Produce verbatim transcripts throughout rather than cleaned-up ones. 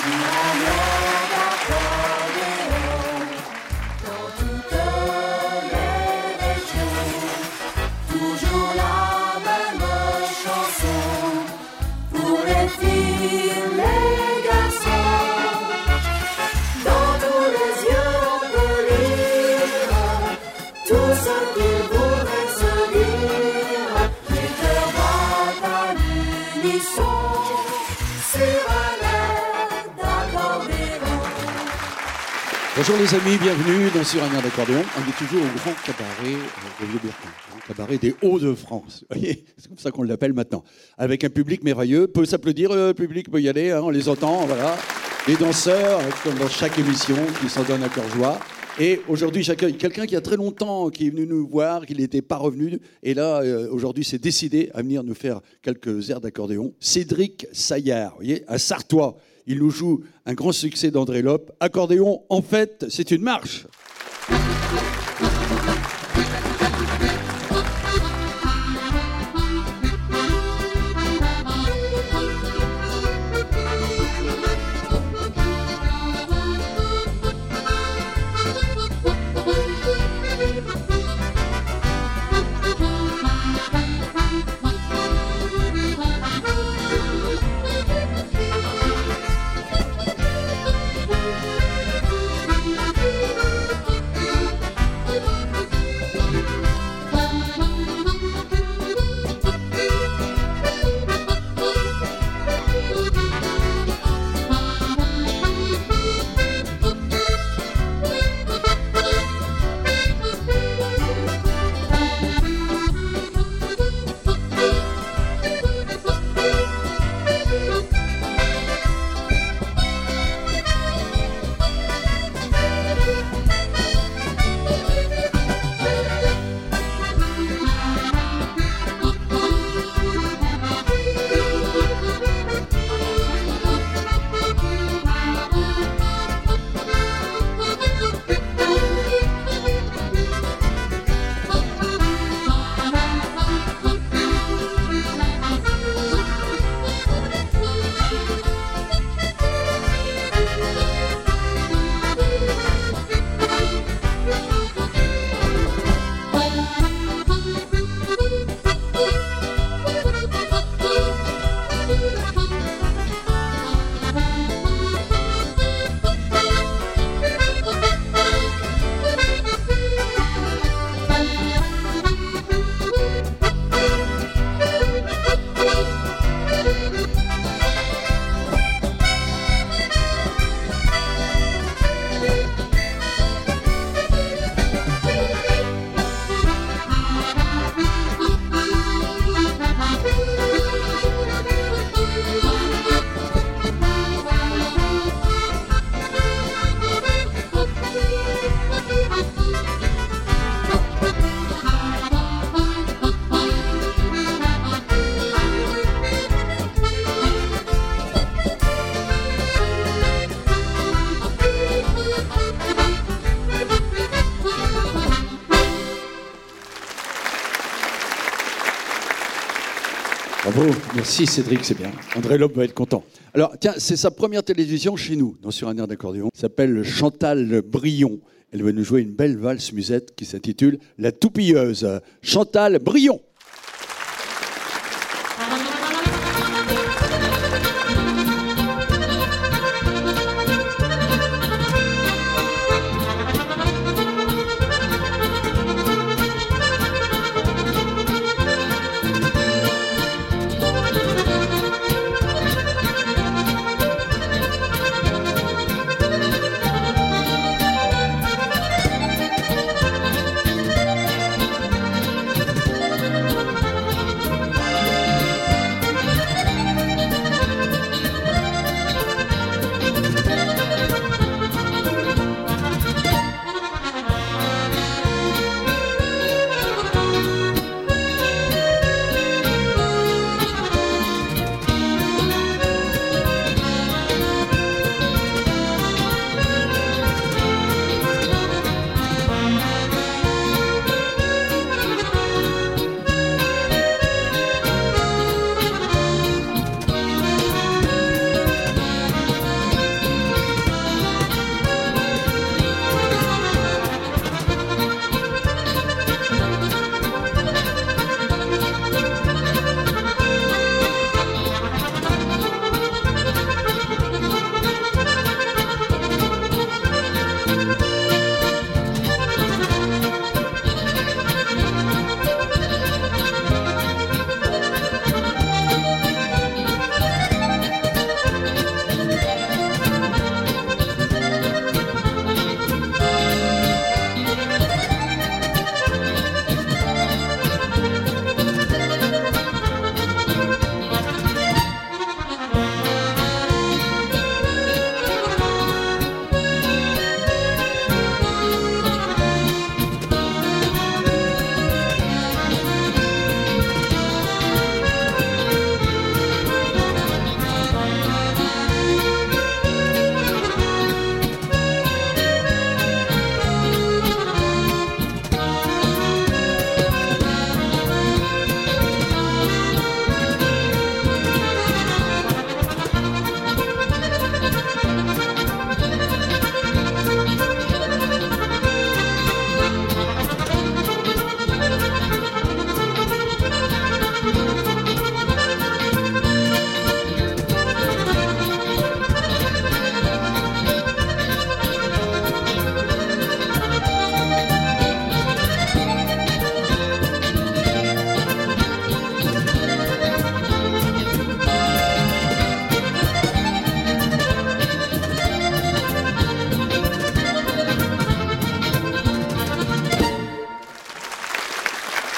Bonjour les amis, bienvenue dans Sur un air d'accordéon. On est toujours au grand cabaret de Vieux-Bertin, le grand cabaret des Hauts-de-France. Vous voyez, c'est comme ça qu'on l'appelle maintenant. Avec un public merveilleux, peut s'applaudir, le public peut y aller, hein, on les entend, voilà. Les danseurs, comme dans chaque émission, qui s'en donnent à cœur joie. Et aujourd'hui, j'accueille quelqu'un qui a très longtemps, qui est venu nous voir, qui n'était pas revenu. Et là, euh, aujourd'hui, s'est décidé à venir nous faire quelques airs d'accordéon. Cédric Saillard, vous voyez, un Sartois. Il nous joue un grand succès d'André Lope. Accordéon, en fait, c'est une marche. Bravo, merci Cédric, c'est bien. André Lope va être content. Alors, tiens, c'est sa première télévision chez nous, dans Sur un air d'accordéon. Elle s'appelle Chantal Brion. Elle va nous jouer une belle valse musette qui s'intitule La Toupilleuse. Chantal Brion. Thank you.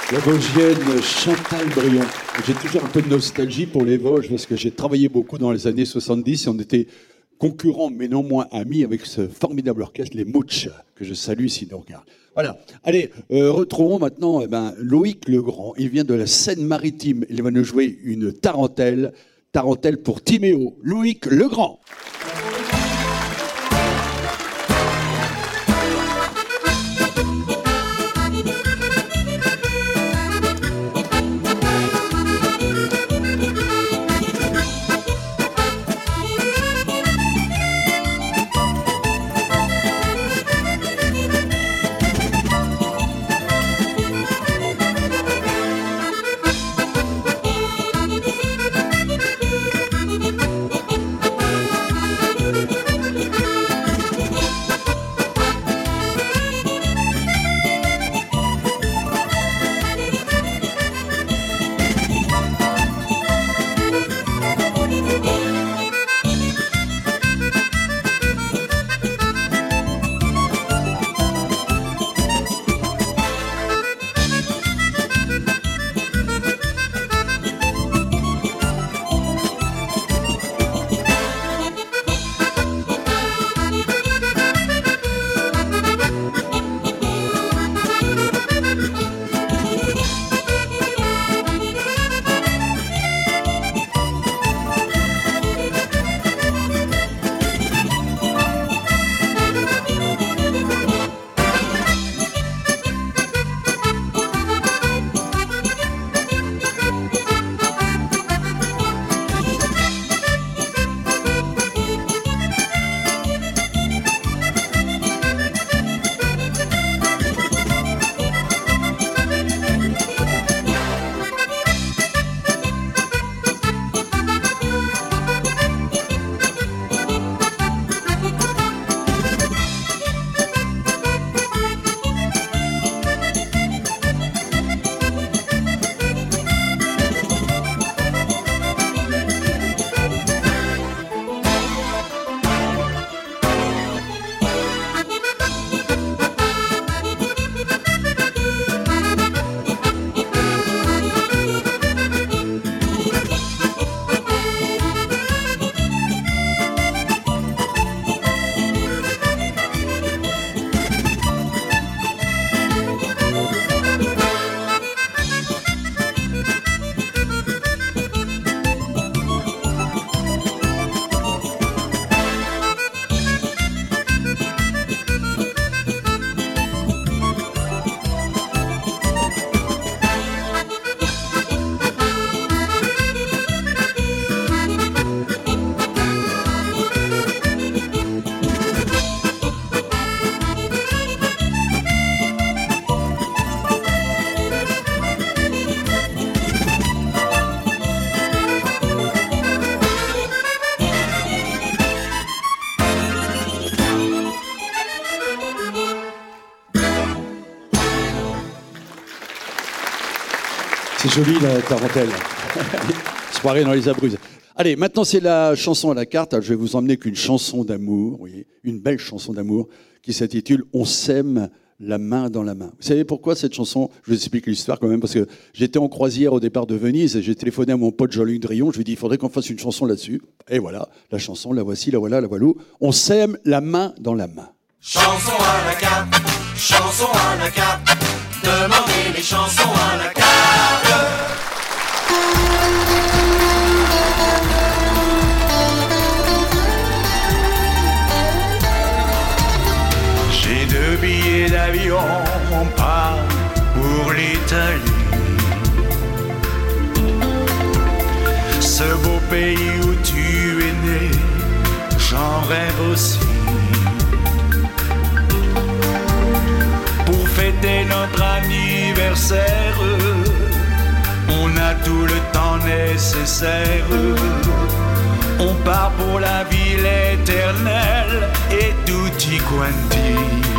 La Vosgienne Chantal Brion. J'ai toujours un peu de nostalgie pour les Vosges parce que j'ai travaillé beaucoup dans les années soixante-dix et on était concurrents mais non moins amis avec ce formidable orchestre, les Mouches, que je salue s'ils nous regardent. Voilà. Allez, euh, retrouvons maintenant eh ben, Loïc Legrand. Il vient de la Seine-Maritime. Il va nous jouer une tarentelle. Tarentelle pour Timéo. Loïc Legrand. C'est joli la tarentelle. Soirée dans les Abruzzes. Allez, maintenant c'est la chanson à la carte. Je vais vous emmener qu'une chanson d'amour, oui, une belle chanson d'amour qui s'intitule « On s'aime la main dans la main ». Vous savez pourquoi cette chanson? Je vous explique l'histoire quand même, parce que j'étais en croisière au départ de Venise et j'ai téléphoné à mon pote Jean-Luc Drillon. Je lui ai dit « il faudrait qu'on fasse une chanson là-dessus ». Et voilà, la chanson, la voici, la voilà, la voilou. « On s'aime la main dans la main ». Chanson à la carte, chanson à la carte, demandez les chansons à la carte. J'ai deux billets d'avion, on part pour l'Italie. Ce beau pays où tu es né, j'en rêve aussi. Pour fêter notre anniversaire, on a tout le temps nécessaire. On part pour la ville éternelle et tutti quanti.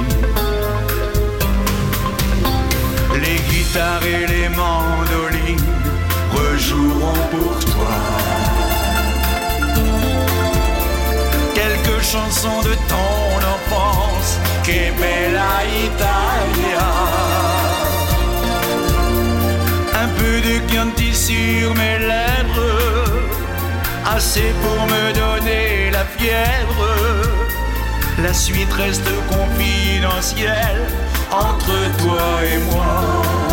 Les guitares et les mandolines rejoueront pour toi quelques chansons de ton enfance, Che bella Italia. du Chianti sur mes lèvres, assez pour me donner la fièvre. La suite reste confidentielle entre toi et moi.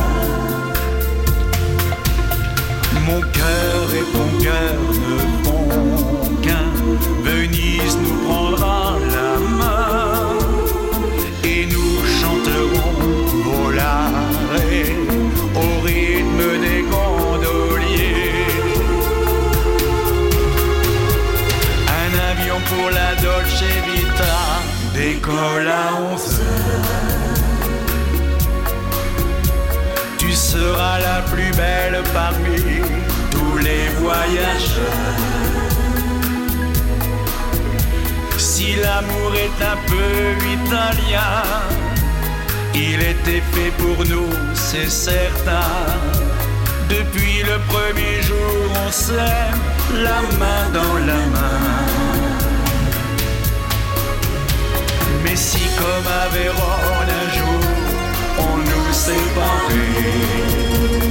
Mon cœur et ton cœur ne font qu'un. Venise nous prendra la main et nous chanterons volare au rythme des gondoliers. Un avion pour la Dolce Vita décolle à onze heures. Tu seras la plus belle parmi tous les voyageurs. Si l'amour est un peu italien, il était fait pour nous, c'est certain. Depuis le premier jour, on s'aime, la main dans la main. Mais si comme à Vérone un jour, on nous séparait,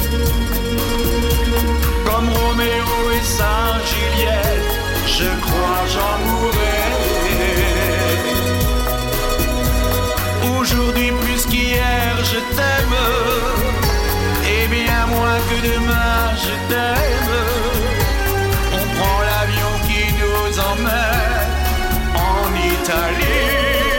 comme Roméo et Saint-Juliette, je crois j'en mourrai. Aujourd'hui plus qu'hier je t'aime, et bien moins que demain je t'aime. On prend l'avion qui nous emmène en Italie.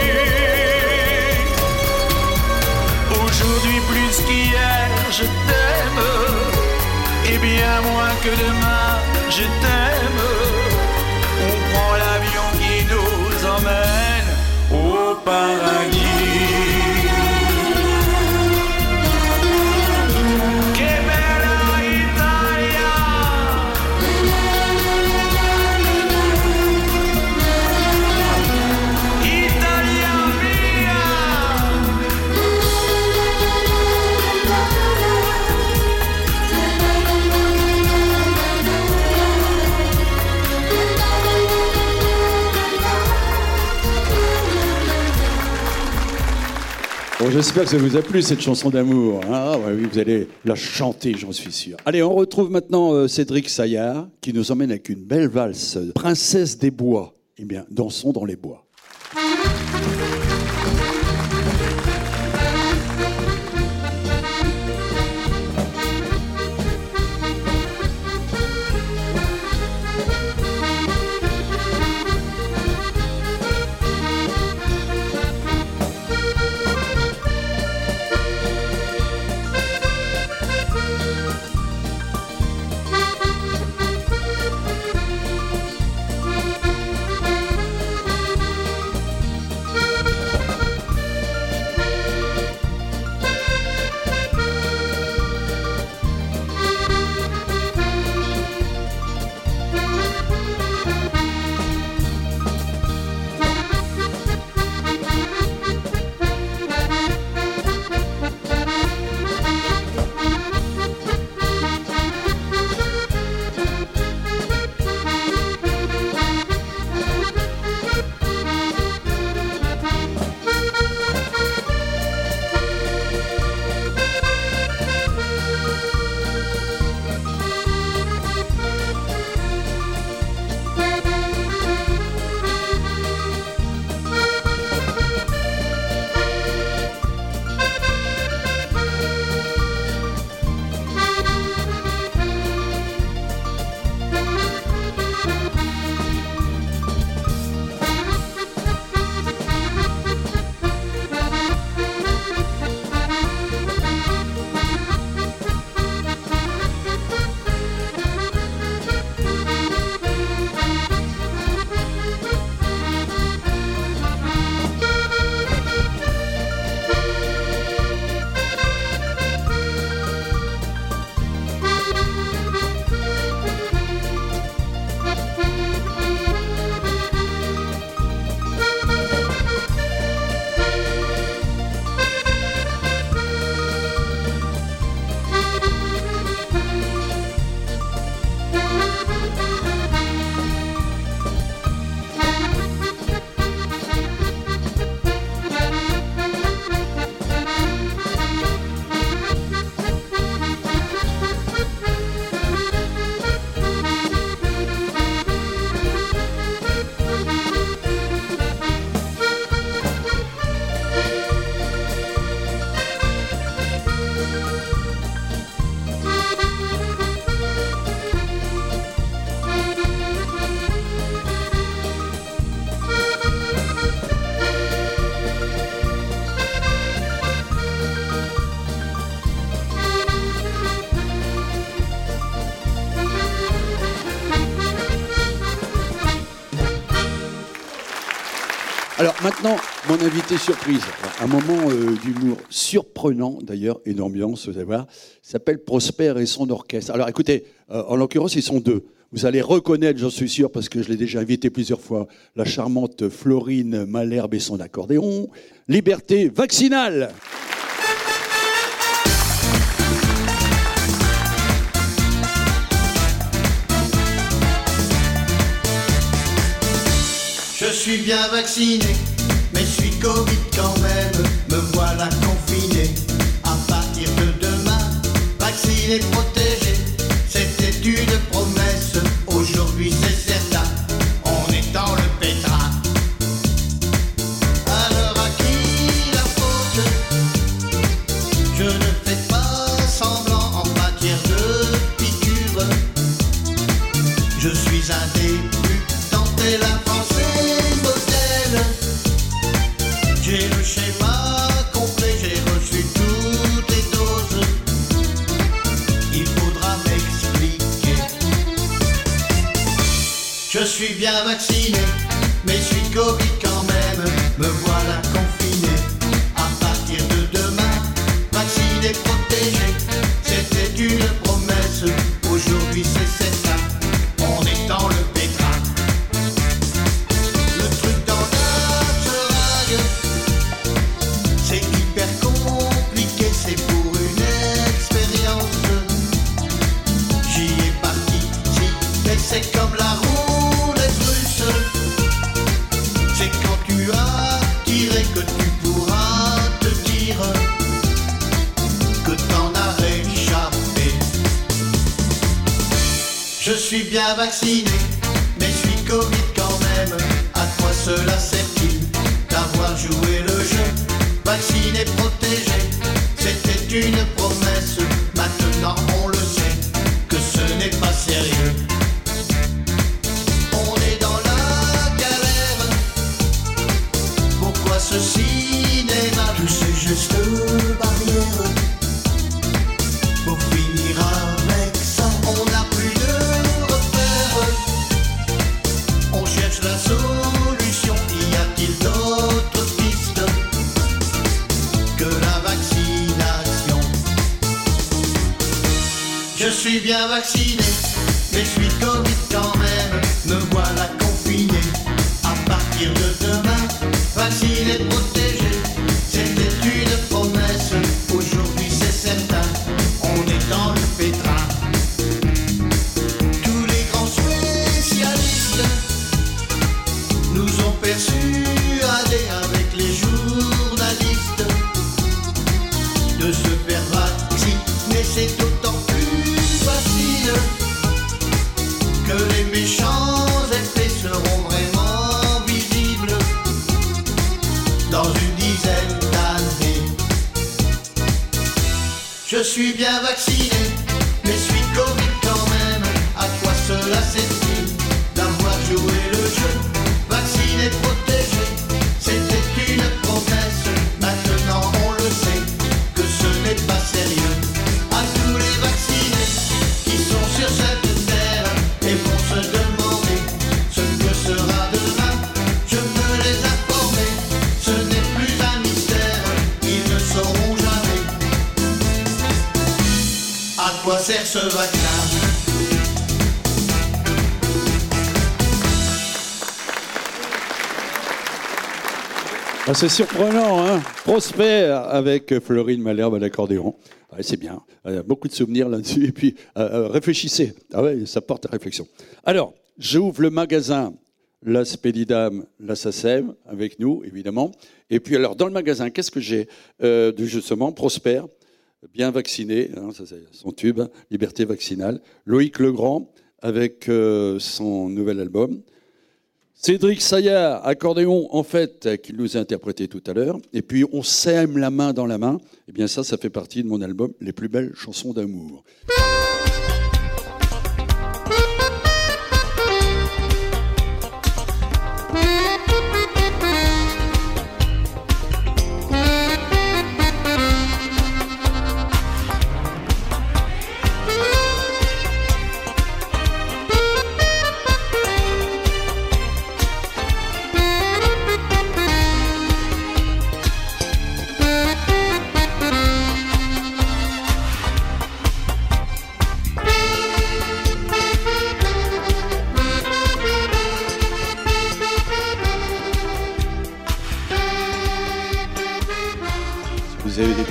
Aujourd'hui plus qu'hier je t'aime, et bien moins que demain je t'aime. On prend l'avion qui nous emmène au paradis. Che bella Italia! Italia mia! Bon, j'espère que ça vous a plu, cette chanson d'amour. Ah ouais, oui, vous allez la chanter, j'en suis sûr. Allez, on retrouve maintenant euh, Cédric Saillard, qui nous emmène avec une belle valse, Princesse des bois. Eh bien, dansons dans les bois. Alors maintenant, mon invité surprise, un moment euh, d'humour surprenant d'ailleurs et d'ambiance, vous allez voir, s'appelle Prosper et son orchestre. Alors écoutez, euh, en l'occurrence, ils sont deux. Vous allez reconnaître, j'en suis sûr, parce que je l'ai déjà invité plusieurs fois, la charmante Florine Malherbe et son accordéon. Liberté vaccinale. Je suis bien vacciné, mais je suis Covid quand même. Me voilà confiné. À partir de demain, vacciné, protégé. C'était une promesse, aujourd'hui c'est certain. On est dans le pétrin. Alors à qui la faute? Je ne fais pas semblant en matière de piqûre. Je suis un débutant et la France est modèle. J'ai le schéma complet, j'ai reçu toutes les doses. Il faudra m'expliquer. Je suis bien vacciné, mais je suis Covid quand même. Me voilà confiné. À partir de demain, vacciné, protégé. C'était une promesse, aujourd'hui c'est certain. On est dans le pétrin. Le truc dans la seringue, c'est hyper compliqué, c'est pour une expérience. J'y ai participé, c'est comme la roulette russe. C'est quand tu as tiré que tu pourras te dire que t'en as échappé. Je suis bien vacciné, mais je suis Covid quand même. À quoi cela sert-il d'avoir joué le jeu? Vacciné, protégé, c'était une promesse. Maintenant on le sait, que ce n'est pas sérieux. On est dans la galère. Pourquoi ce cinéma? Tous ces gestes barrières. Pour finir avec ça, on n'a plus de repères. On cherche la solution, y a-t-il d'autres pistes que la vaccination? Je suis bien vacciné, mais je suis Covid quand même. Me voilà confiné. À partir de demain, vacciné, protégé. C'était une promesse, aujourd'hui c'est certain. On est dans le pétrin. Tous les grands spécialistes nous ont persuadés avec les journalistes de se faire vacciner. C'est d'autant plus facile que les méchants effets seront vraiment visibles dans une dizaine d'années. Je suis bien vacciné, mais je suis Covid quand même. À quoi cela sert-il d'avoir joué le jeu? Vacciné, protégé, c'était une promesse. Maintenant on le sait, que ce n'est pas sérieux. À tous les vaccinés qui sont sur cette terre et vont se demander ce que sera demain, je peux les informer, ce n'est plus un mystère, ils ne sauront jamais à quoi sert ce vaccin. Ah, c'est surprenant, hein? Prosper avec Florine Malherbe à l'accordéon. Ouais, c'est bien. Euh, beaucoup de souvenirs là-dessus. Et puis, euh, euh, réfléchissez. Ah ouais, ça porte à réflexion. Alors, j'ouvre le magasin La Spédidam, la SACEM, avec nous, évidemment. Et puis, alors, dans le magasin, qu'est-ce que j'ai euh, de justement Prosper, bien vacciné, hein, ça c'est son tube, Liberté vaccinale. Loïc Legrand, avec euh, son nouvel album. Cédric Saillard, accordéon, en fait, qu'il nous a interprété tout à l'heure. Et puis, on s'aime la main dans la main. Eh bien, ça, ça fait partie de mon album Les plus belles chansons d'amour.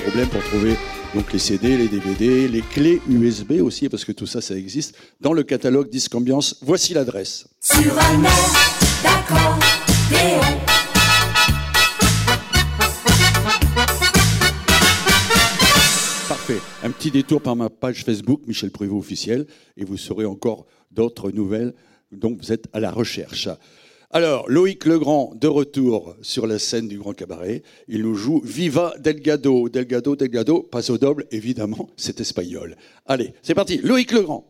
problème pour trouver donc les C D, les D V D, les clés U S B aussi, parce que tout ça, ça existe dans le catalogue Disque Ambiance. Voici l'adresse. Sur un air d'accordéon. Parfait. Un petit détour par ma page Facebook, Michel Prévost officiel, et vous saurez encore d'autres nouvelles dont vous êtes à la recherche. Alors, Loïc Legrand, de retour sur la scène du Grand Cabaret. Il nous joue Viva Delgado. Delgado, Delgado, paso doble, évidemment, c'est espagnol. Allez, c'est parti, Loïc Legrand.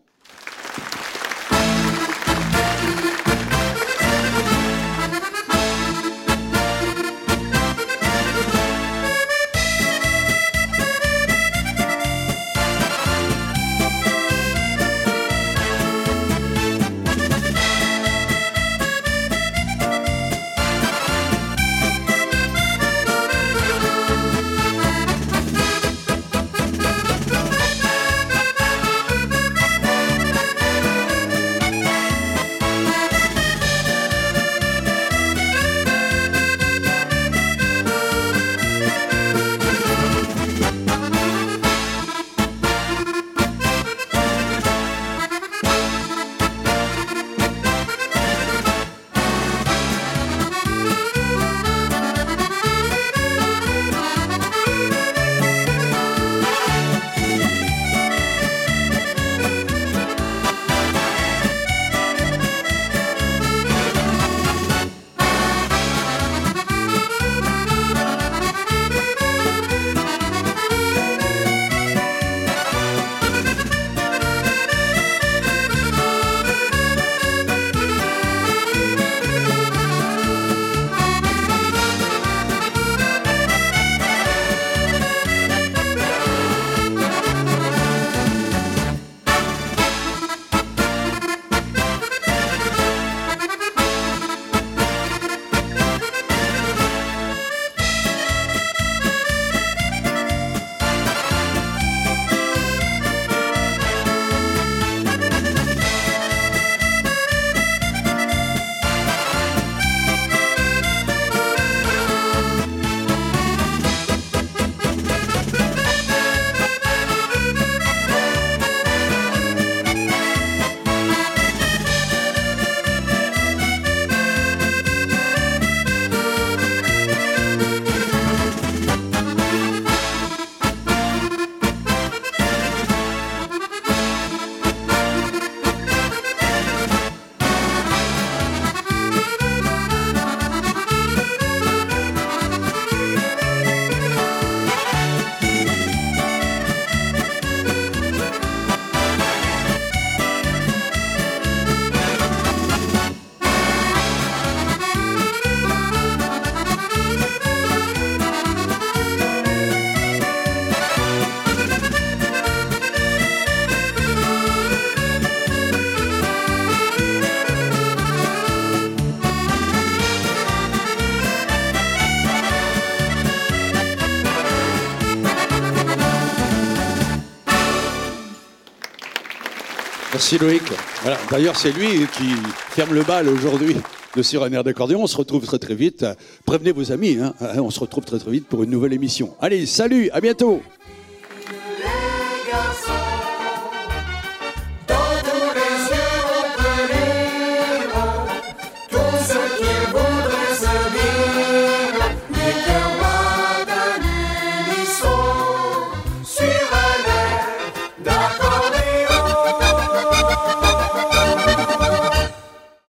Merci Loïc. Voilà. D'ailleurs, c'est lui qui ferme le bal aujourd'hui de Sur un air d'accordéon. On se retrouve très très vite. Prévenez vos amis, hein. On se retrouve très très vite pour une nouvelle émission. Allez, salut, à bientôt.